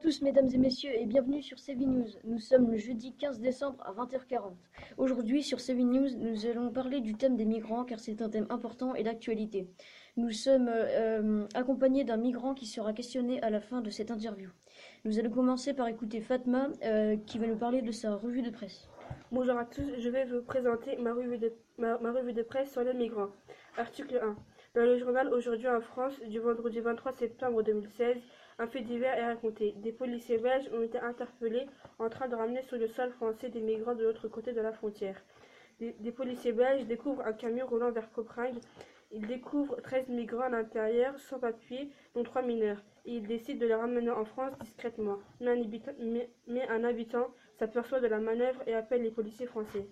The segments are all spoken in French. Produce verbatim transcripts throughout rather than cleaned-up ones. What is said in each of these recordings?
tous, mesdames et messieurs, et bienvenue sur C V News. Nous sommes le jeudi quinze décembre à vingt heures quarante. Aujourd'hui, sur C V News, nous allons parler du thème des migrants car c'est un thème important et d'actualité. Nous sommes euh, accompagnés d'un migrant qui sera questionné à la fin de cette interview. Nous allons commencer par écouter Fatma euh, qui va nous parler de sa revue de presse. Bonjour à tous, je vais vous présenter ma revue de, ma, ma revue de presse sur les migrants. Article un. Dans le journal Aujourd'hui en France, du vendredi vingt-trois septembre deux mille seize, un fait divers est raconté. Des policiers belges ont été interpellés en train de ramener sur le sol français des migrants de l'autre côté de la frontière. Des, des policiers belges découvrent un camion roulant vers Copringue. Ils découvrent treize migrants à l'intérieur, sans papier, dont trois mineurs, et ils décident de les ramener en France discrètement. Mais un habitant, mais, mais un habitant s'aperçoit de la manœuvre et appelle les policiers français.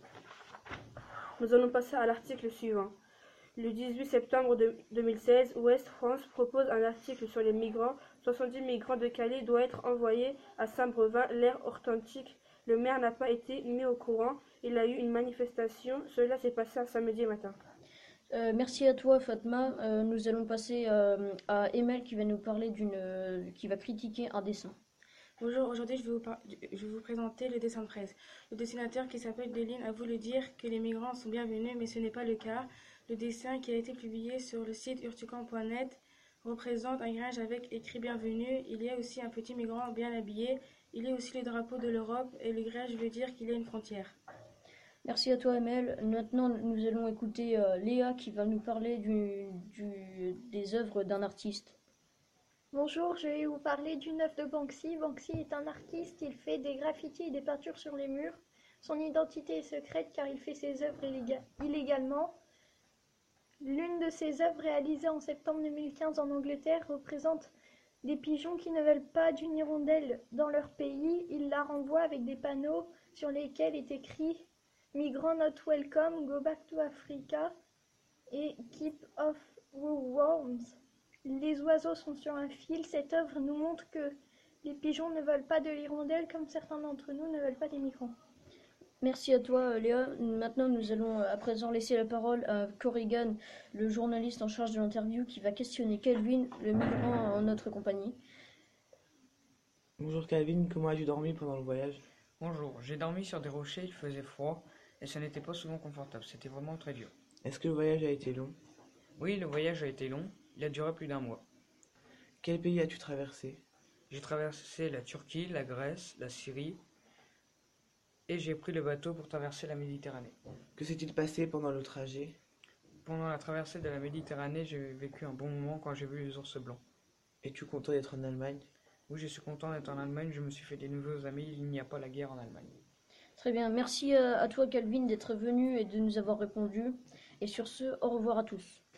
Nous allons passer à l'article suivant. Le dix-huit septembre deux mille seize, Ouest France propose un article sur les migrants. soixante-dix migrants de Calais doivent être envoyés à Saint-Brevin, l'aire authentique. Le maire n'a pas été mis au courant. Il a eu une manifestation. Cela s'est passé un samedi matin. Euh, merci à toi Fatma. Euh, nous allons passer euh, à Emel qui va nous parler d'une, euh, qui va critiquer un dessin. Bonjour, aujourd'hui je, je vais vous présenter le dessin de presse. Le dessinateur qui s'appelle Deline a voulu dire que les migrants sont bienvenus, mais ce n'est pas le cas. Le dessin qui a été publié sur le site urtucan point net représente un gringe avec écrit bienvenue. Il y a aussi un petit migrant bien habillé. Il y a aussi le drapeau de l'Europe et le gringe veut dire qu'il y a une frontière. Merci à toi Emel. Maintenant nous allons écouter euh, Léa qui va nous parler du, du, des œuvres d'un artiste. Bonjour, je vais vous parler d'une œuvre de Banksy. Banksy est un artiste, il fait des graffitis et des peintures sur les murs. Son identité est secrète car il fait ses œuvres illéga- illégalement. L'une de ses œuvres réalisées en septembre deux mille quinze en Angleterre représente des pigeons qui ne veulent pas d'une hirondelle dans leur pays. Il la renvoie avec des panneaux sur lesquels est écrit « Migrants not welcome, go back to Africa » et « Keep off worms ». Les oiseaux sont sur un fil. Cette œuvre nous montre que les pigeons ne veulent pas de l'hirondelle comme certains d'entre nous ne veulent pas des migrants. Merci à toi Léa. Maintenant nous allons à présent laisser la parole à Corrigan, le journaliste en charge de l'interview qui va questionner Kelvin, le migrant en notre compagnie. Bonjour Calvin, comment as-tu dormi pendant le voyage? Bonjour, j'ai dormi sur des rochers, il faisait froid et ça n'était pas souvent confortable, c'était vraiment très dur. Est-ce que le voyage a été long? Oui, le voyage a été long, il a duré plus d'un mois. Quel pays as-tu traversé? J'ai traversé la Turquie, la Grèce, la Syrie et j'ai pris le bateau pour traverser la Méditerranée. Que s'est-il passé pendant le trajet? Pendant la traversée de la Méditerranée, j'ai vécu un bon moment quand j'ai vu les ours blancs. Es-tu content d'être en Allemagne? Oui, je suis content d'être en Allemagne, je me suis fait des nouveaux amis, il n'y a pas la guerre en Allemagne. Très bien, merci à toi Calvin d'être venu et de nous avoir répondu. Et sur ce, au revoir à tous.